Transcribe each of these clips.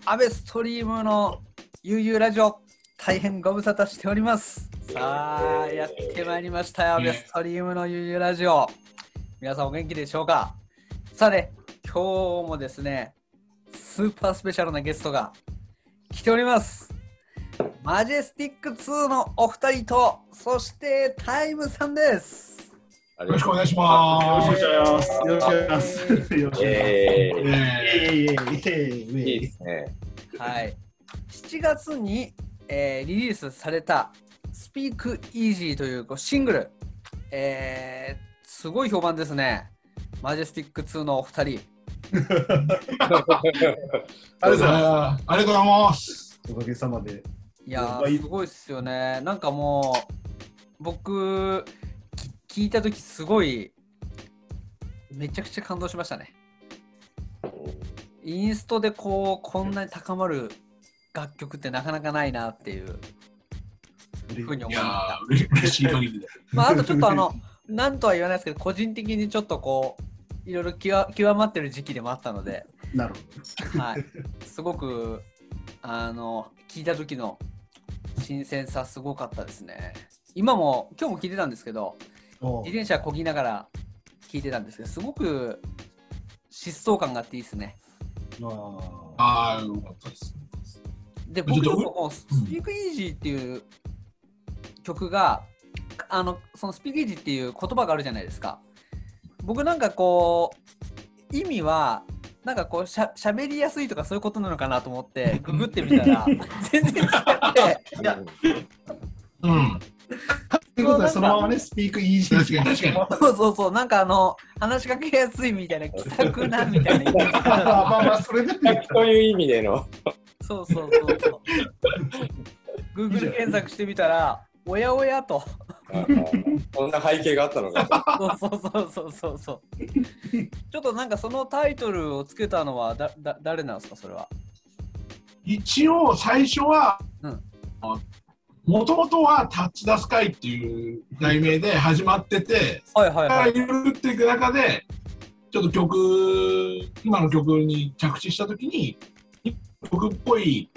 アベストリームの悠々ラジオ、大変ご無沙汰しております。さあ、やってまいりましたよ、アベストリームの悠々ラジオ。皆さんお元気でしょうか。さあね、今日もですね、スーパースペシャルなゲストが来ております。マジェスティック2のお二人と、そしてタイムさんです。 よろしくお願いします。 よろしくお願いします。よろしくお願いします。 いいですね。 はい。7月に、リリースされた Speak Easy というシングル、すごい評判ですね。マジェスティック2のお二人。 ありがとうございます。 おかげさまで。 いやー、すごいっすよね。なんかもう、僕、聞いたときすごい、めちゃくちゃ感動しましたね。インストでこんなに高まる楽曲ってなかなかないなっていうふうに思いました。嬉しい限りで。 あとちょっとなんとは言わないですけど、個人的にちょっといろいろ極まってる時期でもあったので、 なるほど。 はい、すごく聞いた時の新鮮さすごかったですね。今も今日も聞いてたんですけど、自転車こぎながら聞いてたんですけど、すごく疾走感があっていいですね。 ああ、よかったです。 で、僕ちょっとスピークイージーっていう曲が、そのスピークイージーっていう言葉があるじゃないですか。僕なんか意味はなんか喋りやすいとかそういうことなのかなと思ってググってみたら全然違って、いや、 ということでそのままね、スピークイージー。 確かに。 そう、なんか話しかけやすいみたいな、気さくなみたいな。 まあそれでそういう意味での。 そう。Google 検索してみたら、おやおやと。 こんな背景があったのか。 そう。ちょっとなんかそのタイトルをつけたのは誰なんですか、それは。 一応最初は、もともとはタッチ・ザ・スカイっていう題名で始まってて、いろいろ打っていく中で、ちょっと今の曲に着地したときに、曲っぽい、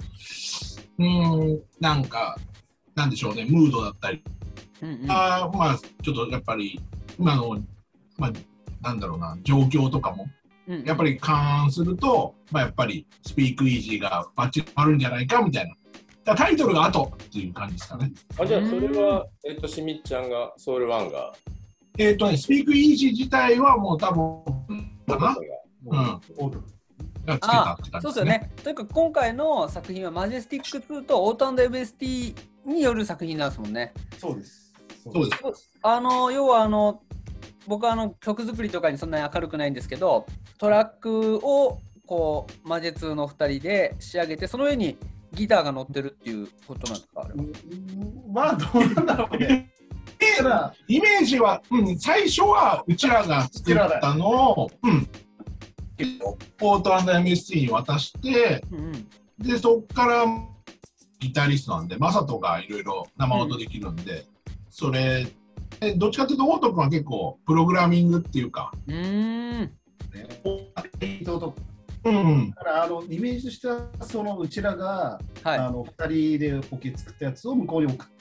なんか、なんでしょうね、ムードだったり、まあ、ちょっとやっぱり、今の、なんだろうな、状況とかも、やっぱり勘案すると、やっぱり、スピークイージーがバッチリあるんじゃないかみたいな。タイトルが後っていう感じですかね。 じゃあそれは、しみっちゃんが、ソウルワンが。 スピークイージー自体はもう多分、かながつけたって感じですね。 そうですよね。というか今回の作品はマジェスティック2とオート&エベスティによる作品なんですもんね。 そうです。 要は僕は曲作りとかにそんなに明るくないんですけど、トラックをマジェ2の2人で仕上げて、その上にギターが乗ってるっていうことなんですか？ まあどうなんだろうね。 イメージは、最初はうちらが作ったのを、ポート&MST に渡して、でそこからギタリストなんでマサトがいろいろ生音できるんで、それどっちかというとオート君は結構プログラミングっていうか、 だからイメージとしてはうちらが、2人でポケ作ったやつを向こうに送って、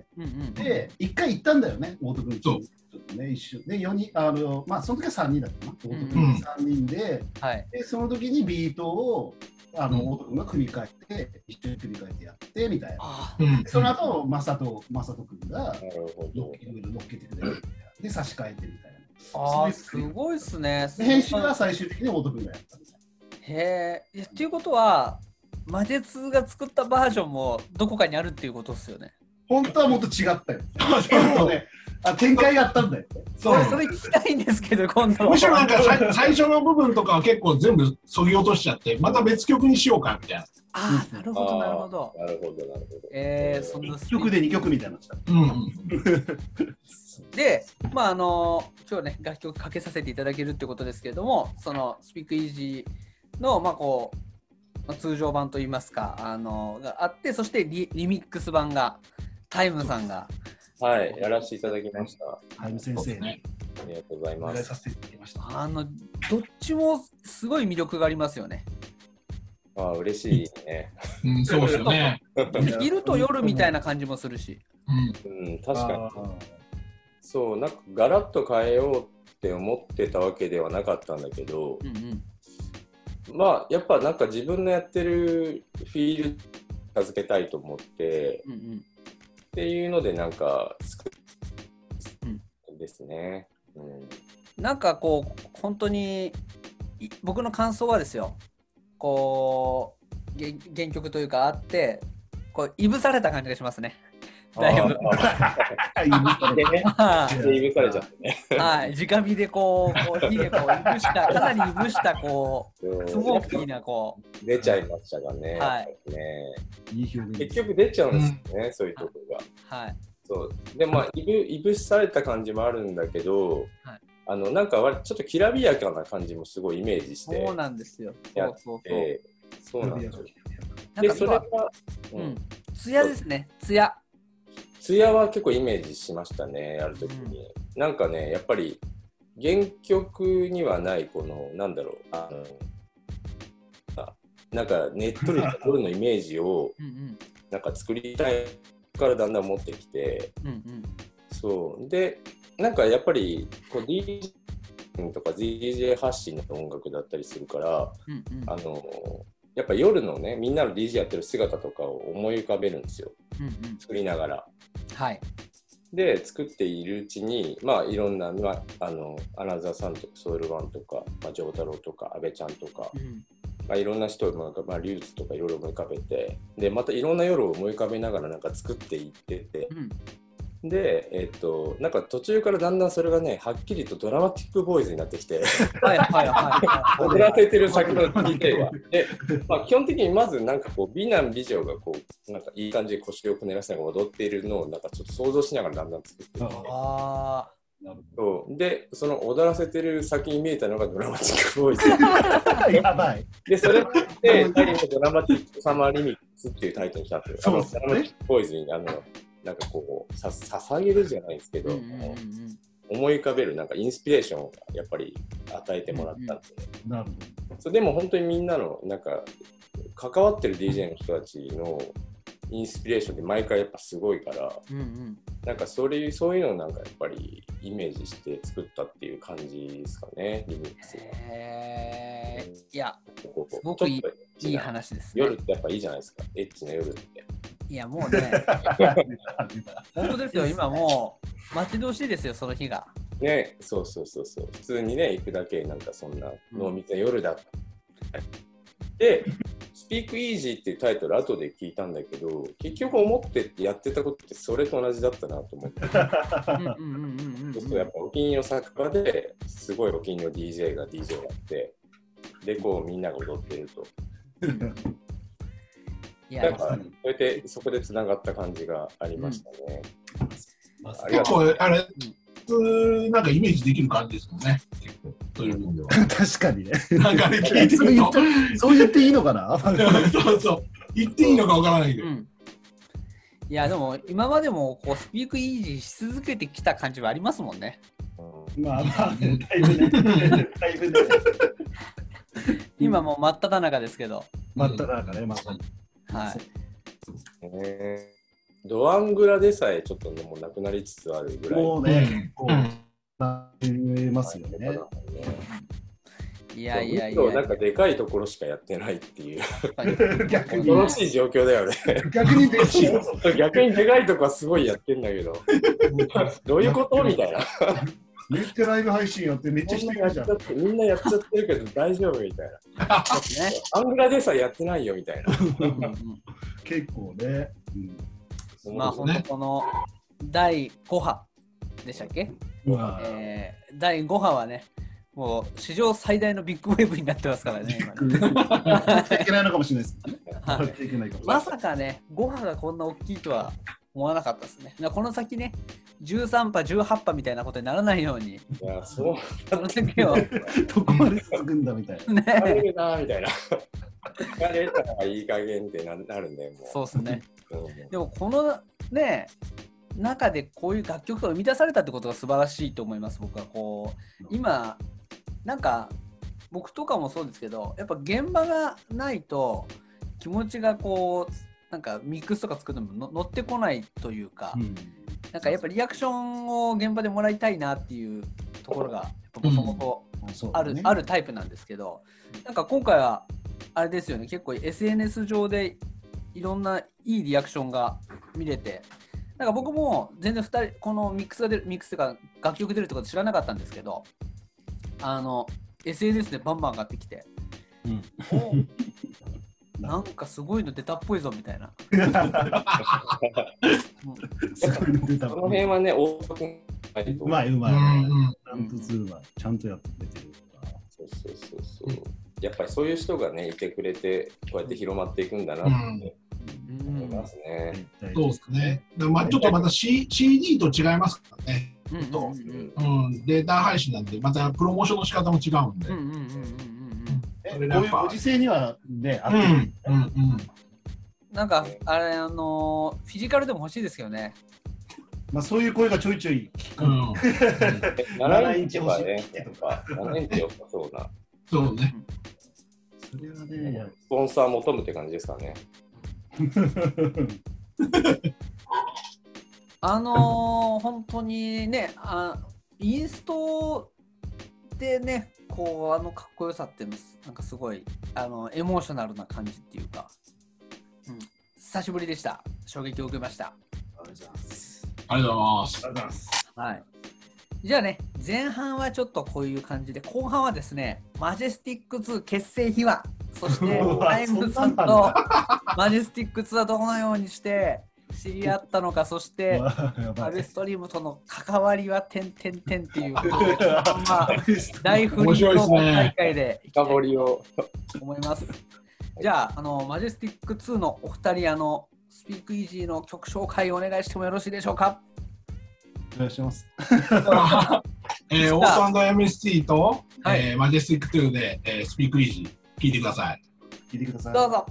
で1回行ったんだよね、オート君とね、一緒で4人その時は3人だったな、オート君3人で、でその時にビートをオート君が組み替えて一緒に組み替えてやってみたいな。その後マサト君が乗っけてくれるで差し替えてみたいな。 すごいっすね。 編集は最終的にオート君がやったみたいな。 へえ。っていうことはマジェツが作ったバージョンもどこかにあるっていうことですよね。 本当はもっと違ったよ。展開があったんだよ。 それ聞きたいんですけど、今度は。 むしろなんか最初の部分とかは結構全部そぎ落としちゃって、また別曲にしようかみたいな。 なるほど。 そんな1曲で2曲みたいな。 で、今日ね、楽曲かけさせていただけるってことですけれども、そのスピークイージーの通常版といいますか、があって、そしてリミックス版がタイムさんがやらせていただきました。 タイム先生ね。 ありがとうございます。 させていただきました。 どっちもすごい魅力がありますよね。 ああ、嬉しいね。 うん、そうですよね。 昼と夜みたいな感じもするし。 うん、確かに。そう、なんかガラッと変えようって思ってたわけではなかったんだけど、まあやっぱなんか自分のやってるフィールドに近づけたいと思って、っていうのでなんか作るんですね。 なんかこう本当に僕の感想はですよ、こう原曲というかあってこういぶされた感じがしますね。だいぶ。いぶされちゃってね。 はい、直火でこう火でこういぶしたかなりいぶしたこうスモーキーなこう出ちゃいましたがね。 はい。 結局出ちゃうんですよね、そういうところが。はい。そうでまあいぶされた感じもあるんだけど。なんかちょっときらびやかな感じもすごいイメージして。 そうなんですよ。 そうなんですよ。でそれが艶ですね。艶は結構イメージしましたね、やるときに。なんかね、やっぱり原曲にはないこのなんだろうなんかねっとりした夜のイメージをなんか作りたいからだんだん持ってきて、そうで。なんかやっぱりこう DJ とか DJ 発信の音楽だったりするから、やっぱ夜のねみんなの DJ やってる姿とかを思い浮かべるんですよ、作りながら。 はい。 で作っているうちにまあいろんな、アナザーさんとかソウルワンとか、ジョータロウとか阿部ちゃんとか、いろんな人を、リュウツとかいろいろ思い浮かべて、でまたいろんな夜を思い浮かべながらなんか作っていってて。で、なんか途中からだんだんそれがね、はっきりとドラマティックボーイズになってきて、踊らせてる先の DJ が。で、基本的にまずなんかこう美男美女がこうなんかいい感じで腰をくねらせながら踊っているのをなんかちょっと想像しながらだんだん作っていって。そうで、その踊らせてる先に見えたのがドラマティックボーイズ。やばい。で、それで、ドラマティックサマーリミックスっていうタイトルにしたんですよ。ドラマティックボーイズになんかこう捧げるじゃないですけど、思い浮かべるなんかインスピレーションをやっぱり与えてもらったんで、なるほど。それでも本当にみんなのなんか関わってる DJ の人たちのインスピレーションって毎回やっぱすごいから、なんかそういうのをなんかやっぱりイメージして作ったっていう感じですかね、リミックスが。 いや、すごくいい話ですね。 夜ってやっぱいいじゃないですか、エッチな夜って。 いやもうね本当ですよ、今もう待ち遠しいですよ、その日がね。そう普通にね行くだけなんかそんな濃密な夜だでスピークイージーっていうタイトル後で聞いたんだけど、結局思ってやってたことってそれと同じだったなと思ってそうするとやっぱお気に入りの作家ですごいお気に入りの DJ が DJ をやってでこうみんなが踊ってるとなんかそうやってそこでつながった感じがありましたね。 結構あれ、なんかイメージできる感じですもんね。そういう分では。 確かにね。 なんかあれ聞いてるとそう言っていいのかな。 そう言っていいのかわからないけど。 いやでも今までもこうスピークイージーし続けてきた感じはありますもんね。 まあだいぶね。 今もう真っ只中ですけど。 真っ只中ね、まさに。 はい。 ドアングラでさえちょっともうなくなりつつあるぐらい。 もうね、見えますよね。 いや。 なんかでかいところしかやってないっていう。逆に恐ろしい状況だよね。 逆にでかいとこはすごいやってんだけど。どういうことみたいな。 めっちゃライブ配信やってめっちゃ人いるじゃん。 みんなやっちゃってるけど大丈夫みたいな。アングラでさえやってないよみたいな。 結構ね。 まあ本当この第5波でしたっけ？第5波はね、もう史上最大のビッグウェーブになってますからね。 いけないのかもしれないですね。 まさかね、5波がこんな大きいとは思わなかったですね。この先ね、13波、18波みたいなことにならないように。 いや、そう。 その先をどこまで続くんだみたいな。 疲れるなみたいな。疲れたらいい加減ってなるんで、もう。 そうですね。でもこのね中でこういう楽曲が生み出されたってことが素晴らしいと思います。僕はこう今なんか僕とかもそうですけど、やっぱ現場がないと気持ちがこうなんかミックスとか作るのも乗ってこないというか、なんかやっぱリアクションを現場でもらいたいなっていうところがもともとあるタイプなんですけど、なんか今回はあれですよね、結構 SNS 上でいろんないいリアクションが見れて、なんか僕も全然2人このミックスというか楽曲出るってこと知らなかったんですけど、SNS でバンバン上がってきて、なんかすごいの出たっぽいぞみたいな。 この辺はね、大田君うまい。ちゃんとやってくれてる。 そう。やっぱりそういう人がねいてくれて、こうやって広まっていくんだなって思いますね。 そうですね。まあちょっとまた CD と違いますからね。データ配信なんで、またプロモーションの仕方も違うんで。 こういうご時世にはね、あってなんかあれフィジカルでも欲しいですよね。 まあそういう声がちょいちょい聞く。 7インチ欲しいとか、7インチ良さそうな。 そうね。 それはね、 スポンサー求むって感じですかね。 本当にね、インストでね、こうかっこよさっていうのなんかすごいエモーショナルな感じっていうか、久しぶりでした。衝撃を受けました。 ありがとうございます。 はい。じゃあね、前半はちょっとこういう感じで、後半はですね、マジェスティック2結成秘話、そしてタイムさんとマジェスティック2はどのようにして知り合ったのか、そしてアベストリームとの関わりは点っていうことで、大フリーの大会でいきたいと思います。じゃあ、マジェスティック2のお二人、スピークイージーの曲紹介をお願いしてもよろしいでしょうか。 お願いします。 オート&MST と、マジェスティック2で、スピークイージー聞いてください。 どうぞ。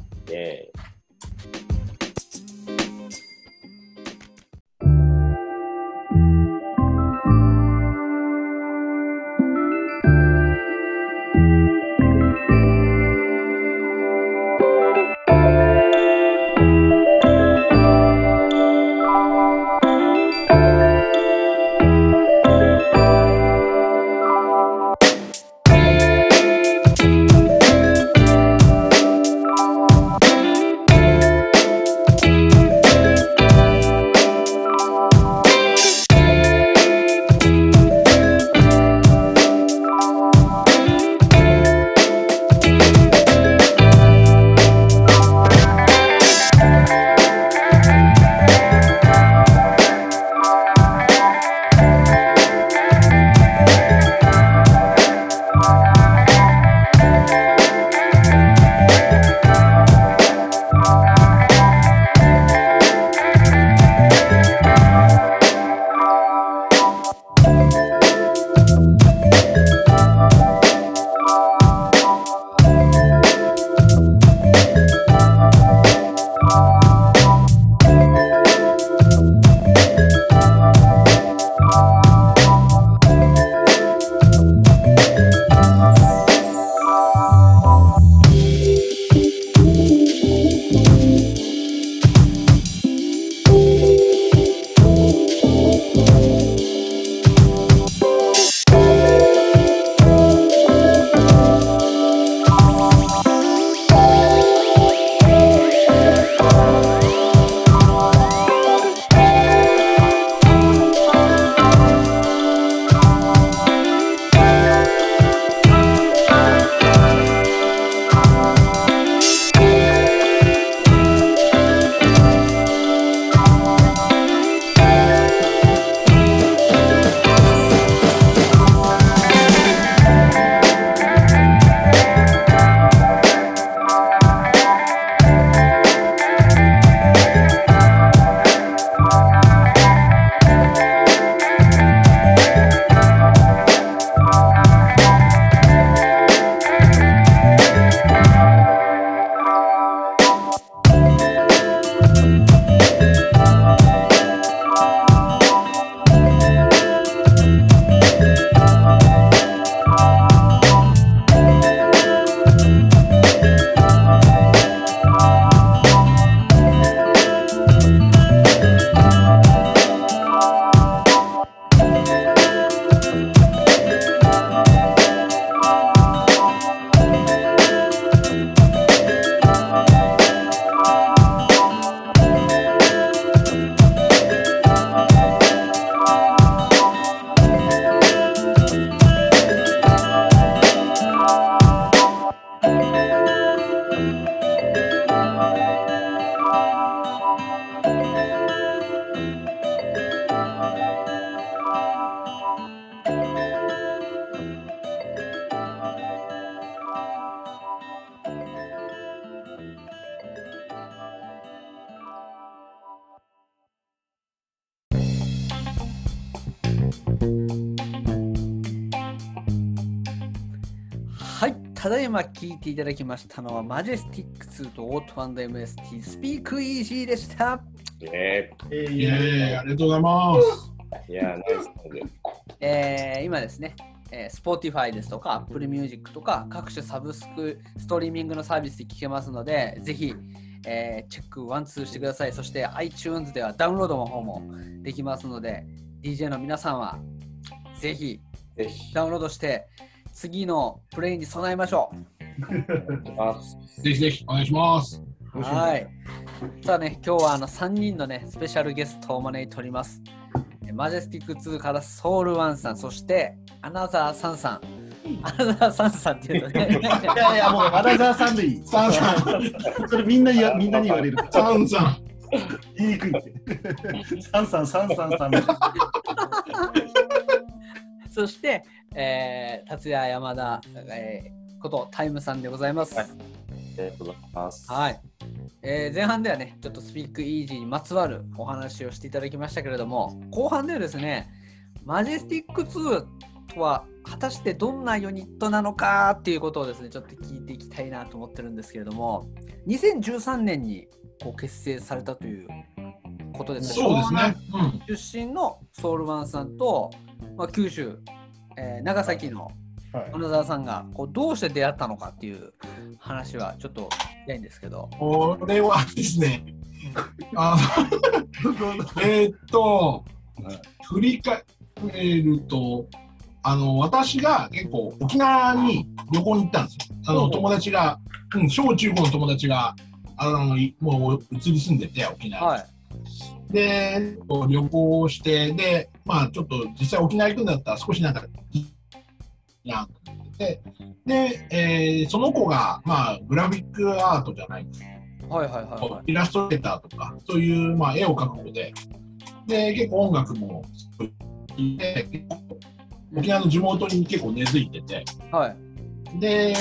ただいま聞いていただきましたのはマジェスティック2とオート&MST スピークイージーでした。 ありがとうございます。 ナイス。今ですね、Spotify ですとか Apple Music とか各種サブスクストリーミングのサービスで聴けますので、ぜひ、チェック1、2してください。そして iTunes ではダウンロードの方もできますので、DJ の皆さんはぜひダウンロードして次のプレイに備えましょう。 ぜひぜひお願いします。 はい。さあね、今日は3人のね、スペシャルゲストをお招いております。マジェスティック2からソウルワンさん、そしてアナザーサンさん。アナザーサンさんっていうとね。 いや、もうアナザーさんでいい。サンさん。それみんなに言われる。 サンさん。 言いにくいって。サンさん。 そして、達也山田、ことタイムさんでございます。 はい、ありがとうございます。 はい。前半ではね、ちょっとスピークイージーにまつわるお話をしていただきましたけれども、後半ではですね、マジェスティック2とは果たしてどんなユニットなのかっていうことをですね、ちょっと聞いていきたいなと思ってるんですけれども、2013年にこう結成されたということですね。 そうですね。 出身のソウルワンさんと、九州、長崎の花澤さんがこうどうして出会ったのかっていう話はちょっと聞きたいんですけど。 これはですね、振り返ると、私が結構沖縄に旅行に行ったんですよ。友達が、小中高の友達がもう移り住んでて、沖縄に。はい、で、旅行して、で、ちょっと実際沖縄行くんだったら少しなんかやってで、その子が、グラフィックアートじゃないですか。イラストレーターとか、そういう、絵を描く子で、結構音楽もで沖縄の地元に結構根付いてて、で、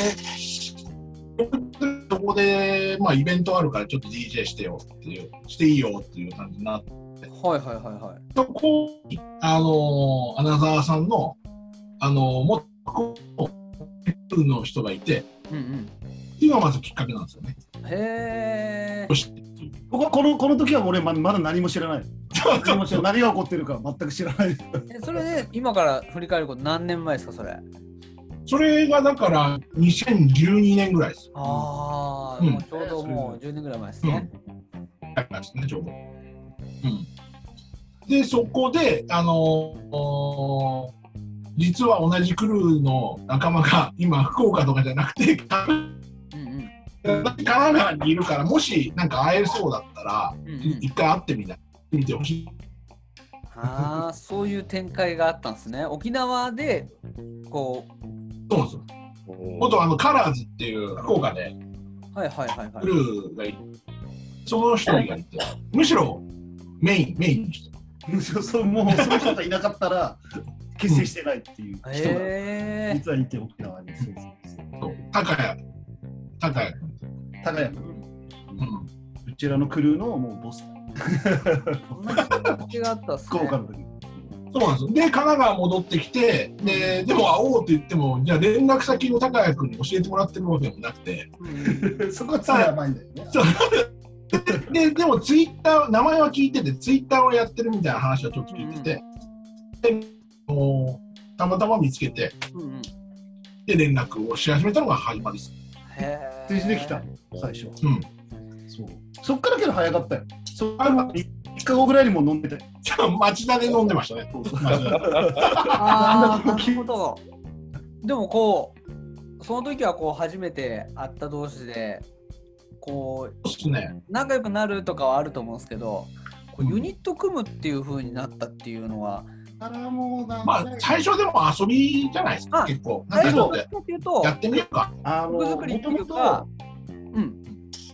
そこで、イベントあるからちょっと DJ してよっていう、していいよっていう感じになって、そこに、アナザーさんの、元の人がいて、っていうのがまずきっかけなんですよね。 へー。この時は俺まだ何も知らない。何が起こってるか全く知らない。 それで今から振り返ること何年前ですか、それ。 それがだから2012年ぐらいです。 もうちょうどもう10年ぐらい前ですね。 ちょうど。で、そこで、実は同じクルーの仲間が今、福岡とかじゃなくて、神奈川にいるから、もしなんか会えそうだったら、一回会ってみてほしい。 そういう展開があったんですね。沖縄で、こう。 そうです。元カラーズっていう福岡で、クルーがいて、その人がいて、むしろメインにして。 もうその人がいなかったら結成してないっていう人が実はいて、沖縄に。 高谷君。 うちらのクルーのもうボス。 そんな感じがあったっすね。 福岡の時。 そうなんです。で、神奈川戻ってきて、でも会おうって言っても、じゃあ連絡先の高谷君に教えてもらってるわけでもなくて。 そこはつやばいんだよね。 でもツイッター、名前は聞いてて、ツイッターをやってるみたいな話はちょっと聞いてて、でたまたま見つけて、で、連絡をし始めたのが始まりです。 通じてきた最初。そっからけど早かったよ。3日後ぐらいにも飲んでて。 町田で飲んでましたね。 なるほど。でもこう、その時はこう初めて会った同士で、こう、仲良くなるとかはあると思うんですけど、こうユニット組むっていう風になったっていうのは、 最初でも遊びじゃないですか、結構。やってみようか。 曲作りっていうか、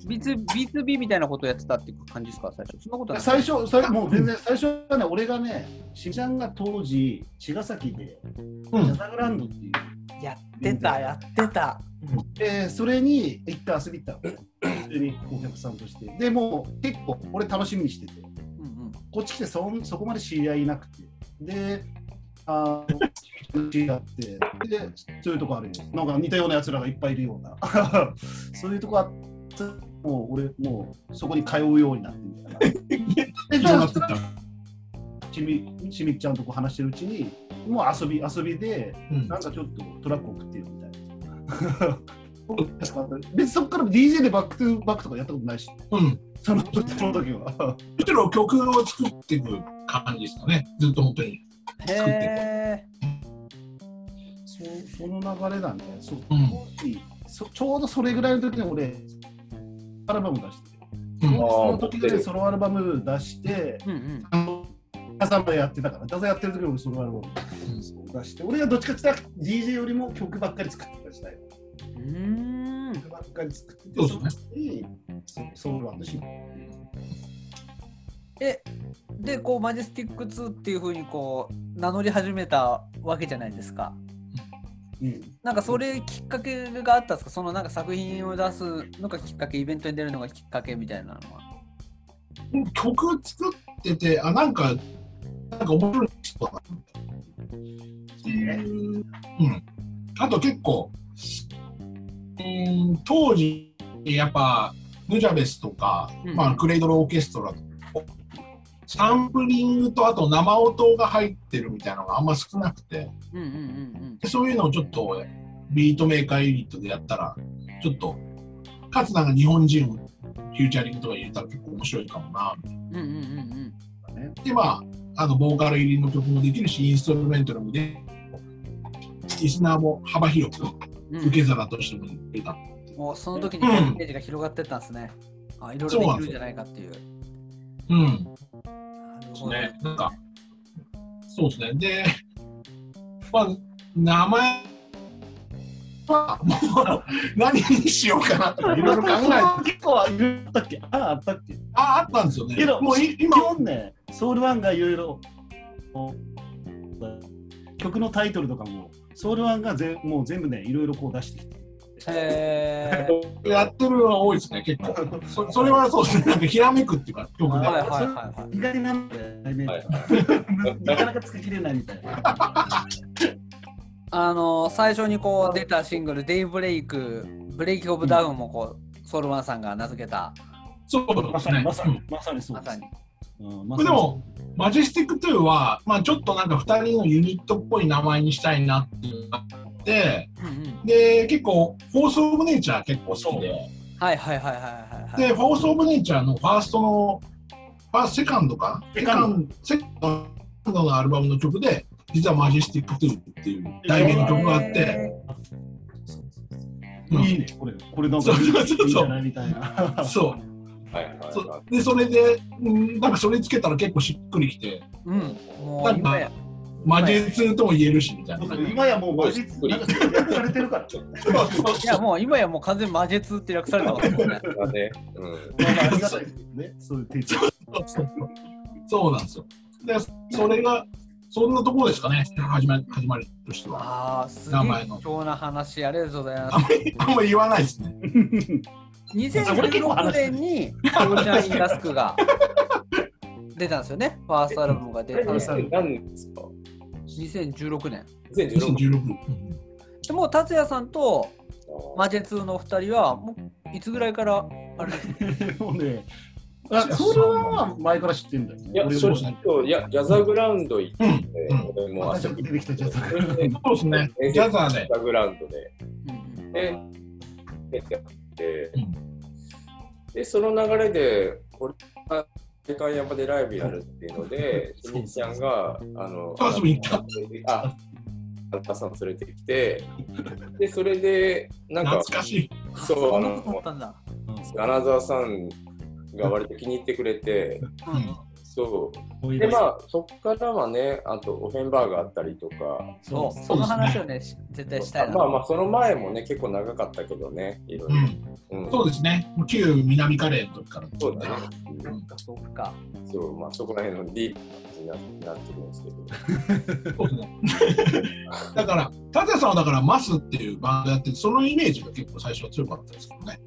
B2B みたいなことをやってたっていう感じですか、最初。そんなことない。 最初もう全然、最初はね、俺がね、しんちゃんが当時、茅ヶ崎で、ジャザグランドっていう。 やってた。 それに行って遊び行ったの。普通にお客さんとして。でもう結構、俺楽しみにしてて。こっち来てそこまで知り合いいなくて。で、知り合って、で、そういうとこあるよ。なんか似たようなやつらがいっぱいいるような。そういうとこあって、もう俺、もうそこに通うようになってみたいな。で、じゃあ、ちみちゃんとこ話してるうちに、もう遊びで、なんかちょっとトラック送ってよみたいな。別にそこから DJ でバックトゥバックとかやったことないし、その時は。 むしろ曲を作っていく感じですかね、ずっと本当に。作っていく。その流れなんで、ちょうどそれぐらいの時に俺、アルバム出して、その時でソロアルバム出して、ダサやってたから、ダサやってる時もソロアルバム出して、俺はどっちかって言ったら DJ よりも曲ばっかり作ってた時代。曲ばっかり作ってて、その時にソロアルバムしで、こうマジェスティック2っていう風にこう名乗り始めたわけじゃないですか。なんかそれきっかけがあったんですか？そのなんか作品を出すのがきっかけ、イベントに出るのがきっかけみたいなのは。 曲作ってて、なんか面白い人だな。あと結構、当時やっぱヌジャベスとか、クレイドルオーケストラとかサンプリングとあと生音が入ってるみたいなのがあんま少なくて、そういうのをちょっとビートメーカーユニットでやったらちょっとかつなんか日本人フューチャリングとか入れたら結構面白いかもなみたいな。でボーカル入りの曲もできるしインストルメンタルもでリスナーも幅広く受け皿としても出た。 もうその時にイメージが広がってったんですね。いろいろできるんじゃないかっていう。 なんかそうですね。で、名前はもう何にしようかなとかいろいろ考えて。 結構あったっけ？あったっけ？ あったんですよね。 けどもう今ね、ソウルワンがいろいろ曲のタイトルとかもソウルワンがもう全部ねいろいろこう出してきて。 やってるのは多いですね、結構。それはそうですね、なんかひらめくっていうか、曲で。 意外なんで、なかなかつけきれないみたいな。 最初にこう出たシングル、デイブレイク、ブレイキングオブダウンもこう、ソウルワンさんが名付けた。 そうですね。 まさにそうです。 でも、マジェスティック2は、ちょっとなんか2人のユニットっぽい名前にしたいなっていうのがあって、で、結構、フォース・オブ・ネイチャー結構好きで、で、フォース・オブ・ネイチャーのセカンドのアルバムの曲で、実はマジェスティック2っていう題名の曲があって、 いいね、これなんかいいんじゃないみたいな。 そう。で、それで、なんかそれつけたら結構しっくりきて、なんかマジェ2とも言えるしみたいな。 今やもうマジ2なんか略されてるから。 いやもう今やもう完全にマジェ2って略されてますもんね。 ありがたいですね。そういう提供。 そうなんですよ。で、それがそんなところですかね。始まりとしては。 すげえ貴重な話ありがとうございます。 あんまり言わないですね。 2016年にオーシャン・イン・ラスクが出たんですよね。ファーストアルバムが出た。 何年ですか ？2016年。 2016年。 でも達也さんとマジェ2のお二人はもういつぐらいからあれですか？ もうね、それは前から知ってるんだよね。 いや、そうですね。ジャザグラウンド行って、 俺も出てきたジャザグラウンド。 そうですね。ジャザグラウンドで。で、その流れで、これが世界山でライブやるっていうので、しみちゃんが、アンタさん連れてきて、で、それで、なんか、 懐かしい。 そう、 アナザーさんが割と気に入ってくれて、 そうで、まあそこからはね、あとオフェンバーがあったりとか、 その話をね絶対したいな。 まあその前もね結構長かったけどね、いろいろ。 そうですね。旧南カレーの時から。 そうだね。 そうか。 そう、まあそこら辺のディープになってるんですけど。 そうですね。だから達也さんはだからマスっていうバンドやってそのイメージが結構最初は強かったですけどね。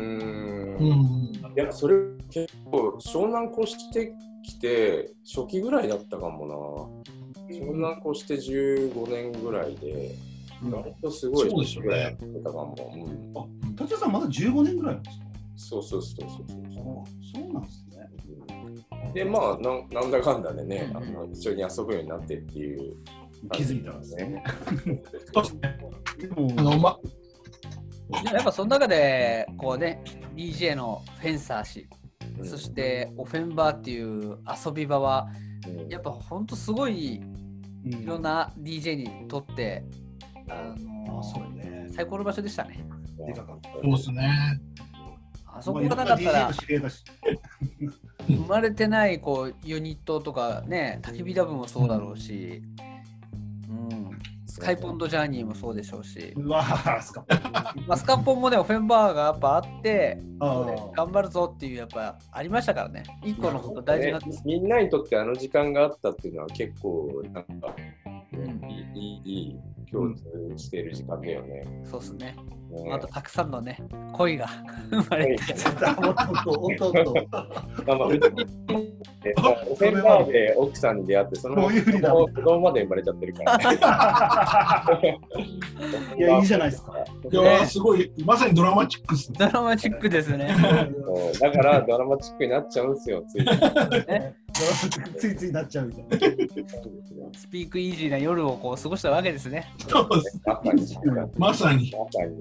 いや、それ結構湘南越してきて初期ぐらいだったかもな。湘南越して15年ぐらいで、割とすごいぐらいやってたかも。 あ、達也さんまだ15年ぐらいなんですか？ そう。 そうなんですね。 で、まあなんだかんだでね、一緒に遊ぶようになってっていう。 気づいたんですね。 やっぱその中でこうね DJ のフェンサー氏、そしてオフェンバーっていう遊び場はやっぱほんとすごいいろんな DJ にとって最高の場所でしたね。 そうですね。 あそこがなかったら生まれてないこうユニットとかね、焚き火ダブもそうだろうし、スカイポンドジャーニーもそうでしょうし、スカポンもねオフェンバーがやっぱあって頑張るぞっていうやっぱありましたからね。一個のこと大事な、 みんなにとってあの時間があったっていうのは結構なんか、いい共通している時間だよね。 そうですね。あとたくさんのね恋が生まれてオフェンバーで奥さんに出会ってその子供まで生まれちゃってるからね。 いや、いいじゃないですか。 いや、すごい、まさにドラマチックですね。 ドラマチックですね。 だからドラマチックになっちゃうんですよ、ついついなっちゃうみたいな。 スピークイージーな夜をこう過ごしたわけですね。 そうです。まさに。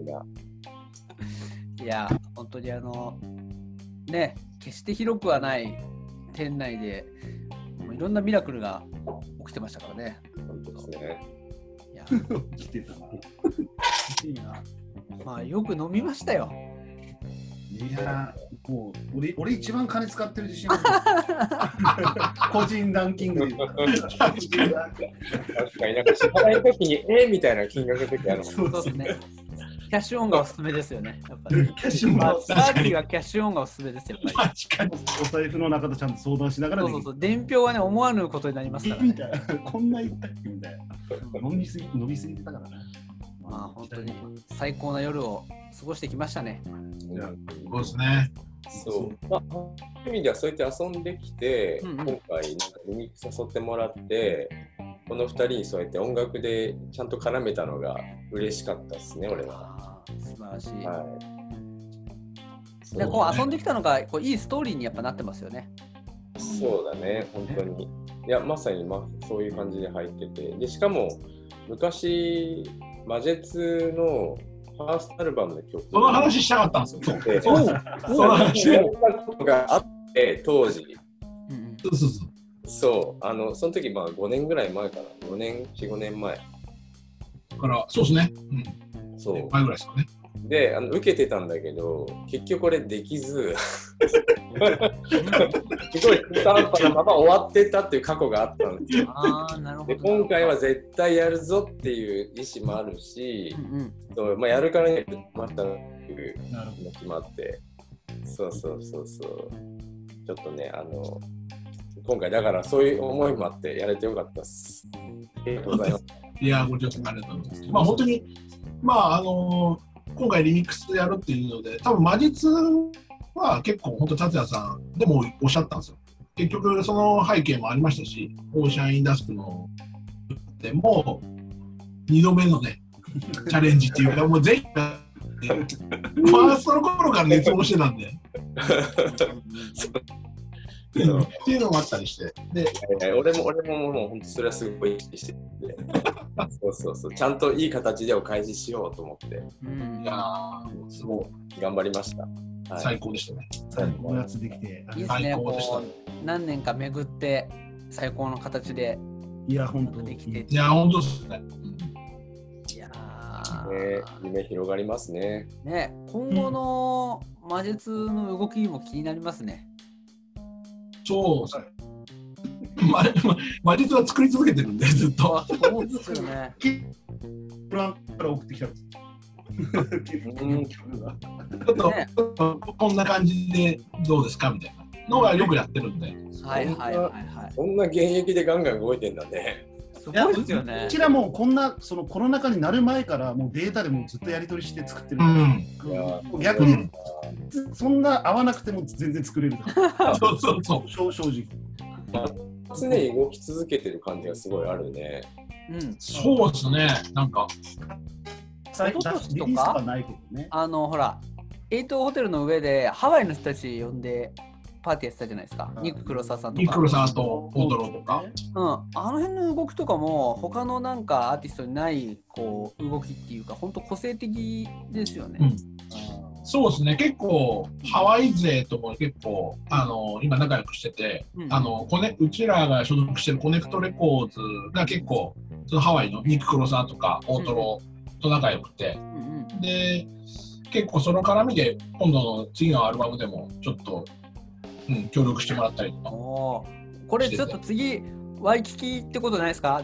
いや、本当にね、決して広くはない店内でもういろんなミラクルが起きてましたからね。 本当ですね。 いや、 起きてたな。 いいな。まあよく飲みましたよ。 いや、もう俺一番金使ってる自信ある。個人ランキングで。 確かになんか支払いの時にみたいな金額の時あるもん。 そうですね。キャッシュオンがおすすめですよね。やっぱり。キャッシュオンがおすすめですよ。やっぱり。 確かに。お財布の中とちゃんと相談しながら。 そう。伝票はね、思わぬことになりますからね。 こんな言ったっけみたいな。伸びすぎてたからね。 まあ本当に最高な夜を過ごしてきましたね。 そうですね。 そう。まあ、そういう意味ではそうやって遊んできて、今回なんかリミックス誘ってもらって、この2人にそうやって音楽でちゃんと絡めたのが嬉しかったですね、俺は。 素晴らしい。 はい。 でこう遊んできたのがこういいストーリーにやっぱなってますよね。 そうだね、本当に。いや、まさに、そういう感じで入ってて。で、しかも、昔、マジェツのファーストアルバムの曲。 その話したかったんですよ。 その話があって、当時。そう。その時、5年ぐらい前かな。4、5年前。 から、そうですね。 そう。 前ぐらいですかね。 で、受けてたんだけど、結局これできず、すごい中途半端なまま終わってたっていう過去があったんですよ。で、今回は絶対やるぞっていう意思もあるし、やるからにはまたっていうのが決まって、そう。ちょっとね、今回だからそういう思いもあってやれてよかったです。ありがとうございます。 いや、ごちそうさまありがとうございます。本当に、今回リミックスでやるっていうので、多分魔術は結構本当達也さんでもおっしゃったんですよ。結局その背景もありましたし、オーシャインダスクのでも2度目のねチャレンジっていうか、もうぜひファーストの頃から熱望してたんで。っていうのがあったりして、 で俺ももう本当それはすごい意識しててそうちゃんといい形でお返ししようと思って、 いやーすごい頑張りました。 最高でしたね。 最高のやつできていいですね。何年か巡って最高の形で本当できて、 いや本当ですね。 いや夢広がりますね。 ね、今後の魔術の動きも気になりますね。 そう魔術は作り続けてるんで、ずっと。 そうですよね。 プランから送ってきたんです。 ちょっとこんな感じでどうですかみたいなのがよくやってるんで。 はいはいはいはい。 そんな現役でガンガン動いてんだね。 すごいですよね。 うちらもこんなそのコロナ禍になる前からもうデータでもずっとやり取りして作ってる。逆にそんな合わなくても全然作れる。 そうそうそう。 正直。 常に動き続けてる感じがすごいあるね。 そうですね。なんか。 最近リリースはないけどね。 ほら、エイトホテルの上でハワイの人たち呼んでパーティーやってたじゃないですか。ニック黒沢さんとか。 ニック黒沢と大トロとか。 あの辺の動きとかも他のなんかアーティストにないこう動きっていうか、本当個性的ですよね。 そうですね。結構ハワイ勢とも結構今仲良くしてて、うちらが所属してるコネクトレコーズが結構そのハワイのニック黒沢とか大トロと仲良くて、で結構その絡みで今度の次のアルバムでもちょっと、協力してもらったりとか。 これちょっと次ワイキキってことないですか？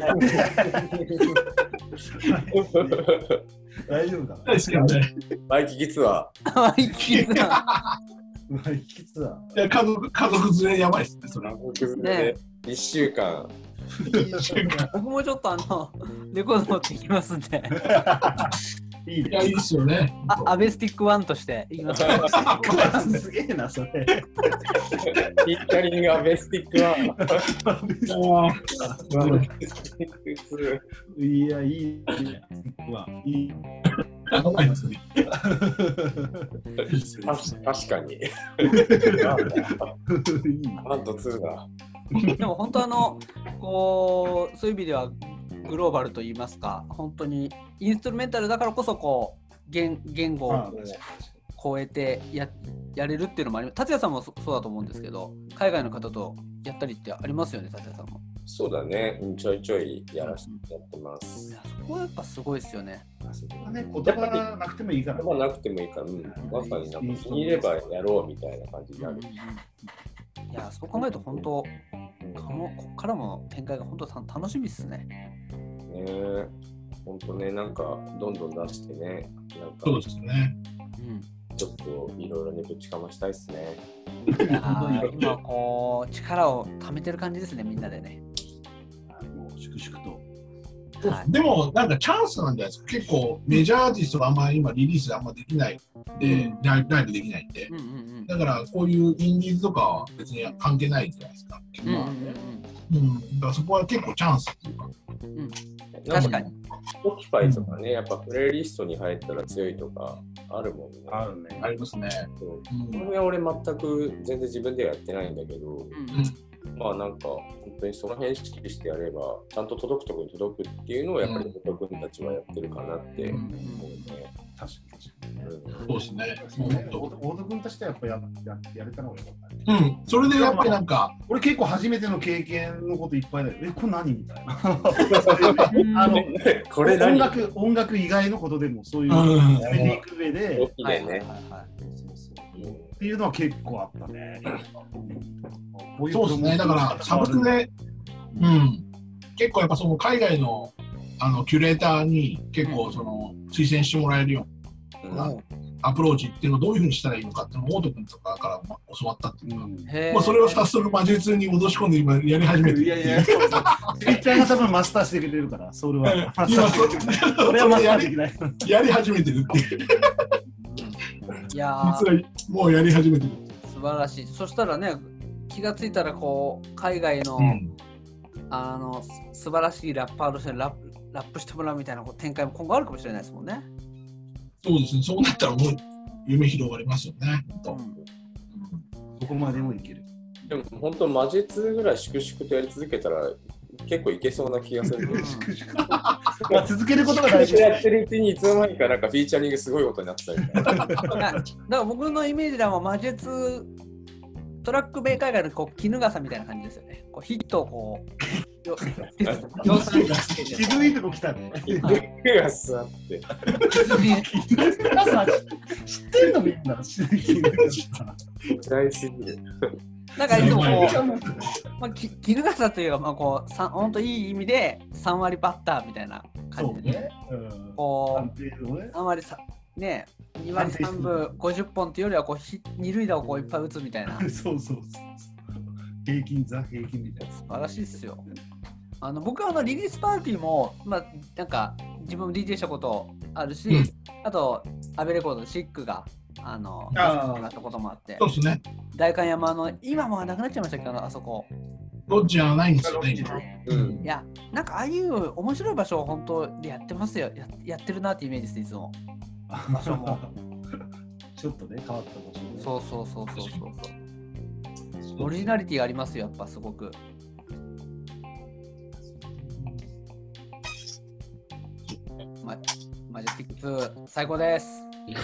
大丈夫かな。 ですよね。 ワイキキツアー。ワイキキツアー。 ワイキキツアー。 いや家族連れやばいですね。それ。 ね。1週間。 僕もちょっとレコード持ってきますんで。 いいですよね。 アベスティック1としていきます。 すげえなそれ。 ピッタリングアベスティック1。 いやいい。いい。 確かに。なんと2だ。 でも本当こうそういう意味ではグローバルと言いますか、本当にインストゥルメンタルだからこそこう言語を超えてやれるっていうのもあります。達也さんもそうだと思うんですけど、海外の方とやったりってありますよね、達也さんも。 そうだね、ちょいちょいやってます。 そこはやっぱすごいですよね。 言葉なくてもいいから。 言葉なくてもいいから、まさになんか気に入ればやろうみたいな感じになる。 いや、そう考えると本当、ここからも展開が本当楽しみですね。 本当ね、なんかどんどん出してね、なんかそうですね。 ちょっといろいろねぶちかましたいですね。 いや今こう力を貯めてる感じですね、みんなでね。 もう粛々と。 でもなんかチャンスなんじゃないですか。結構メジャーアーティストがあんまり今リリースあんまできないで、ライブできないんで、だからこういうインディーズとかは別に関係ないじゃないですか。だからそこは結構チャンスっていうか。 確かに。 Spotify とかね、やっぱプレイリストに入ったら強いとかあるもんね。 あるね。 ありますね。 これは俺全く全然自分ではやってないんだけど、まあなんか本当にその辺意識してやればちゃんと届くところに届くっていうのをやっぱり僕たちはやってるかなって思うね。 確かに。 そうですね。 大戸君としてはやっぱやれたのがよかった。 それでやっぱりなんか俺結構初めての経験のこといっぱいだよ。これ何みたいな。 これ何？ 音楽以外のことでもそういう進めていく上で。っていうのは結構あったね。 そうですね。だからサブスクで、結構やっぱその海外のキュレーターに結構その推薦してもらえるようなアプローチっていうのをどういうふうにしたらいいのかっていうのをオート君とかから教わったっていうか、もうそれを早速魔術に戻し込んで今やり始めてる。 いやいや、ツイッターが多分マスターしてくれるから、それは。俺はマスターできない。 やり始めてるっていう。 いや実はもうやり始めてる。 素晴らしい。そしたらね、気がついたらこう海外の、素晴らしいラッパーとしてラップしてもらうみたいな展開も今後あるかもしれないですもんね。 そうですね。そうなったらもう夢広がりますよね。 どこまでもいける。 でも本当魔術ぐらい粛々とやり続けたら結構いけそうな気がする。 続けることが大事。 やってるうちにいつの間にかなんかフィーチャリングすごいことになってたみたいな。 だから僕のイメージでは魔術トラックベイ海外のこう衣笠みたいな感じですよね。こうヒットをこう渋いとこ来たね。 衣笠って知ってんのみんな。 大すぎる。 なんかいつもこう、まあ、衣笠というか、まあ、こう本当いい意味で3割バッターみたいな感じで、ね、こう3割ね、2割3分50本っていうよりはこう二塁打をこういっぱい打つみたいな。 そう平均みたいな。 素晴らしいですよ。僕はリリースパーティーも、まあ、なんか自分も DJ したことあるし、あとアベレコードのシックがなったこともあって、 そうですね。 代官山今もなくなっちゃいましたけど、あそこ。 ロッジはないんですよね。 いや、なんかああいう面白い場所を本当でやってますよ。やってるなってイメージです、いつも。場所も。 ちょっとね、変わった場所、ね。 そう。オリジナリティがありますよ、やっぱすごく。マジェスティック2最高です。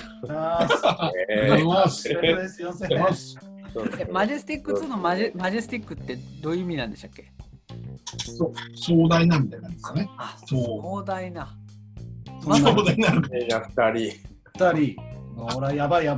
マジェスティック2のマジェスティックってどういう意味なんでしたっけ？ 壮大なみたいなんですかね。 壮大な。 壮大な。 2 人。ほら、やばい。壮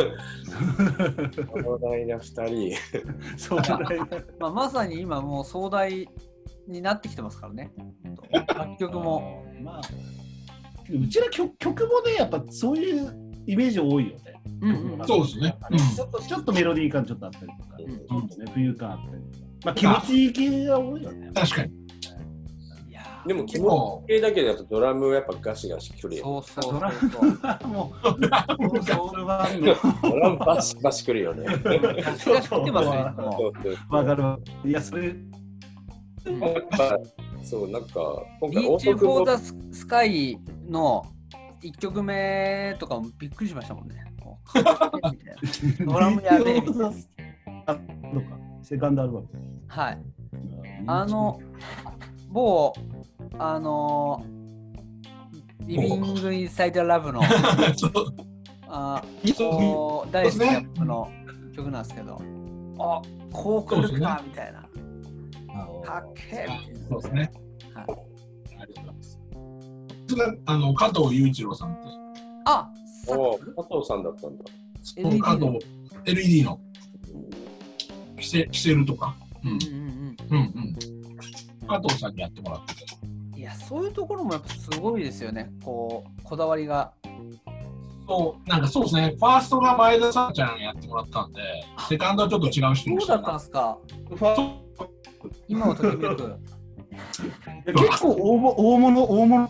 大な2人。 まさに今もう壮大になってきてますからね。楽曲も。 うちら曲もね、やっぱそういうイメージ多いよね。 そうですね。 ちょっとメロディー感ちょっとあったりとか、ちょっとね、浮遊感あったりとか。まあ気持ちいい系が多いよね。 確かに。 でも気持ちいいだけだとドラムやっぱガシガシくるよ。 そう。 ドラムバシバシくるよね。 ガシガシくってますね。 わかる。いや、それ。 そう、なんか今回リーチ・フォー・ザ・スカイの1曲目とかもびっくりしましたもんね。ドラムやべえみたいな。 セカンドアルバム。 はい。某リビング・インサイド・ラブの大好きなの曲なんですけど、こう来るかみたいな。かっけえみたいな。 そうですね。ありがとうございます。加藤雄一郎さんって。 加藤さんだったんだ。 加藤 LED のキセルとか。加藤さんにやってもらってて。 いや、そういうところもやっぱすごいですよね。こだわりが。 なんかそうですね。ファーストが前田さんちゃんやってもらったんで、セカンドはちょっと違う人にした。 そうだったんですか。今をときめく。 結構大物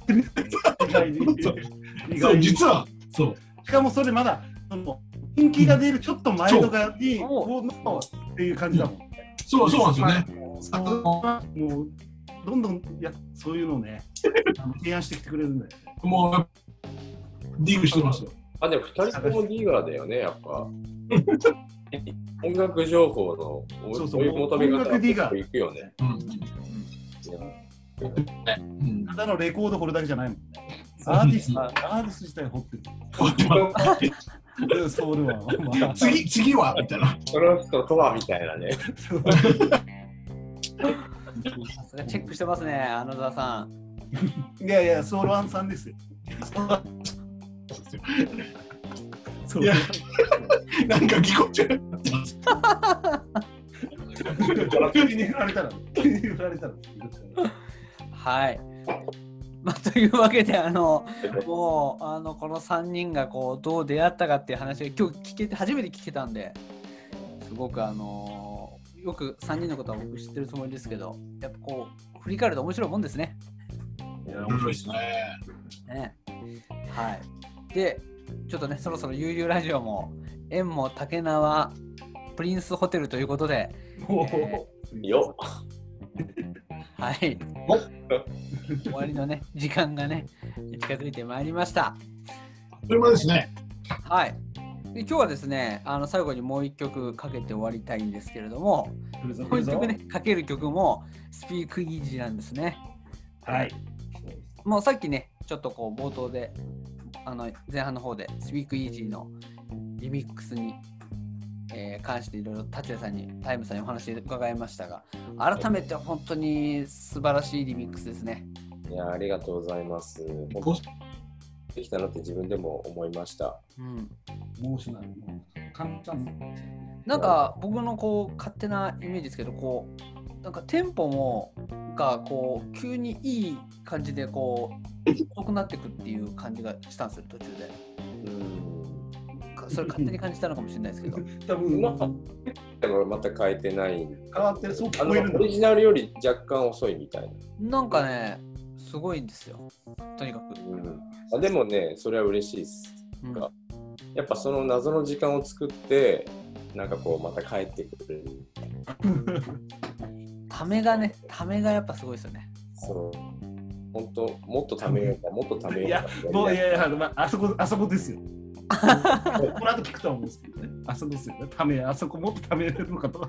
実はそう。 しかもそれまだ人気が出るちょっと前とかにっていう感じだもん。 そうなんですよね。 もうどんどんそういうのをね提案してきてくれるんだよね。 もうディーグしてますよ。 でも2人ともディーガーだよね、やっぱ。音楽情報のそういう求め方がいくよね。 ただのレコード掘るだけじゃないもんね。アーティスト自体掘ってる。そう次はみたいな。 その人とはみたいなね。 さすがチェックしてますね、穴澤さん。 いや、ソウルワンさんですよ。 いや、なんかぎこちゃい。 急に振られたら。 はい。というわけでもうこの3人がどう出会ったかっていう話が今日初めて聞けたんで、すごくよく3人のことは僕知ってるつもりですけど、やっぱ振り返ると面白いもんですね。 いや、面白いですね。 はい。で、ちょっとね、そろそろ悠々ラジオも縁も竹縄プリンスホテルということで、 よっ。 はい。終わりのね、時間がね、近づいてまいりました。 それもですね。 はい。で今日はですね、最後にもう一曲かけて終わりたいんですけれども、もう一曲ね、かける曲もスピークイージーなんですね。 はい。 もうさっきね、ちょっと冒頭で、前半の方でスピークイージーのリミックスに、関していろいろ達也さんにタイムさんにお話伺いましたが、改めて本当に素晴らしいリミックスですね。 いや、ありがとうございます。できたなって自分でも思いました。 もうしない。簡単。 なんか僕のこう勝手なイメージですけど、こうなんかテンポもがこう急にいい感じでこう遅くなっていくっていう感じがしたんですよ途中で。それ勝手に感じたのかもしれないですけど。 多分また変えてない。 変わってる、そう聞こえるんだ。 オリジナルより若干遅いみたいな。なんかね、すごいんですよ。とにかく。 でもね、それは嬉しいです。やっぱその謎の時間を作って、なんかこうまた帰ってくる。 ためがやっぱすごいですよね。 そう。本当もっとためようか、もっとためようか。 もういやあそこですよ。この後聞くと思うんですけどね。あそこですよね。あそこもっとためれるのかと。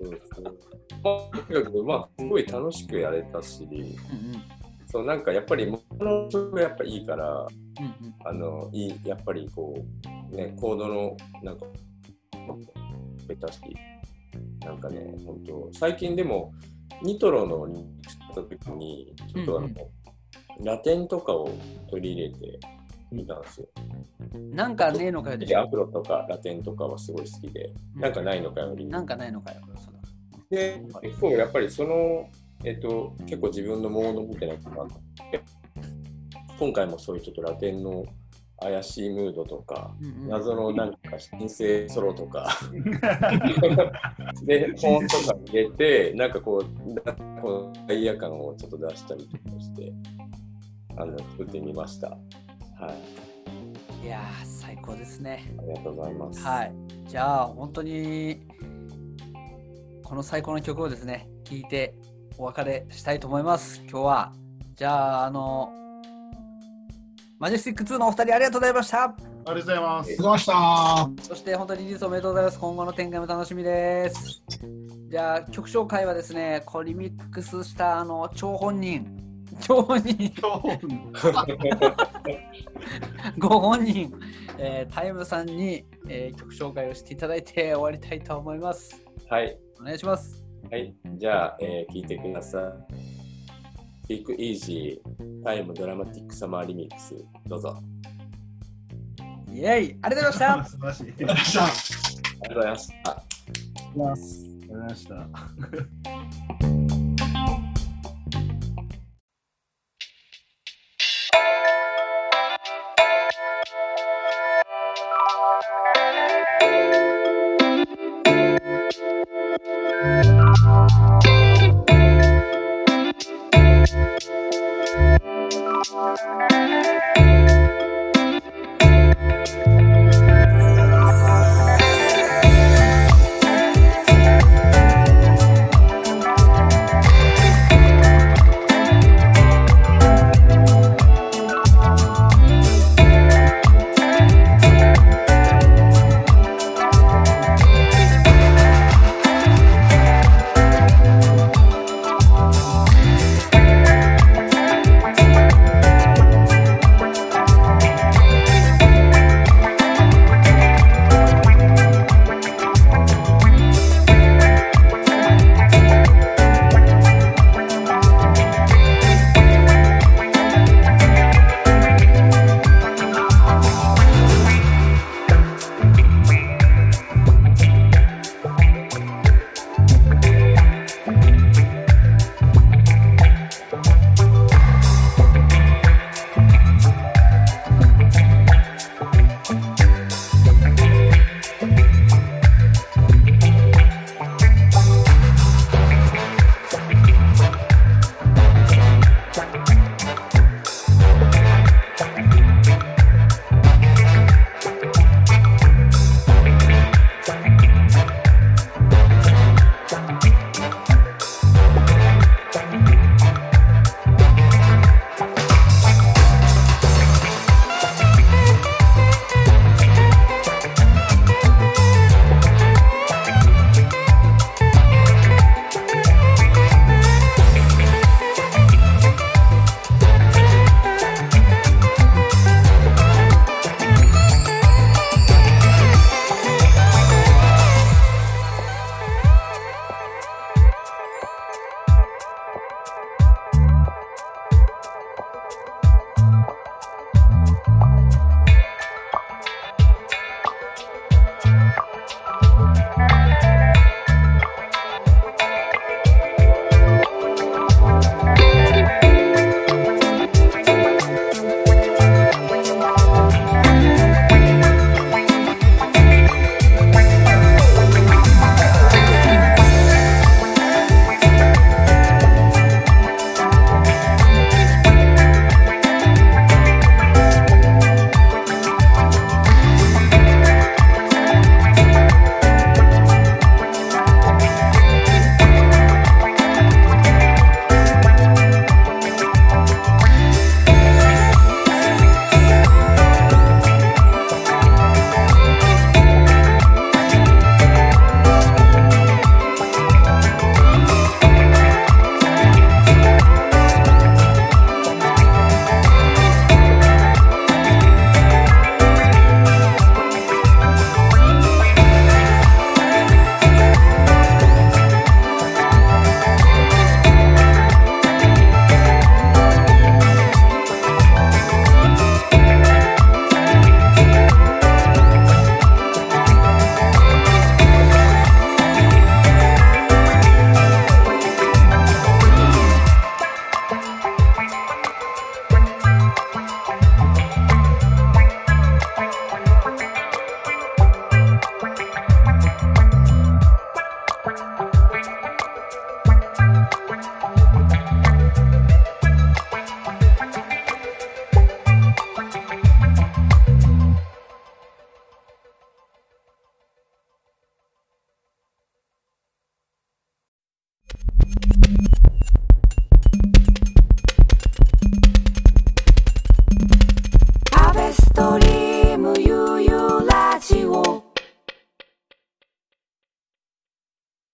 まあすごい楽しくやれたし、そうなんかやっぱりもの曲がやっぱいいから、やっぱりこうねコードのなんかベタし、なんかね本当最近でもニトロのにした時にちょっとラテンとかを取り入れてみたんですよ。 なんかねえのかよでしょ。 アフロとかラテンとかはすごい好きで、なんかないのかより。 なんかないのかよ。 で、やっぱりその、結構自分のモードみたいなのがあって、今回もそういうちょっとラテンの怪しいムードとか、謎のなんか新生ソロとかで、フォンとか入れて、なんかこうダイヤ感をちょっと出したりとかして、作ってみました。はい。 いやー、最高ですね。 ありがとうございます。 はい。じゃあ、本当に、この最高の曲をですね、聴いてお別れしたいと思います。今日は。じゃあ、マジェスティック2のお二人ありがとうございました。 ありがとうございます。 ありがとうございました。そして本当にリリースおめでとうございます。今後の展開も楽しみです。じゃあ曲紹介はですね、リミックスした張本人ご本人、タイムさんに、曲紹介をしていただいて終わりたいと思います。 はい。 お願いします。 はい。じゃあ、聞いてください。Speak Easy タイムドラマティックサマーリミックス、どうぞ。 イェイ、ありがとうございました。 素晴らしい。 ありがとうございました。 ありがとうございました。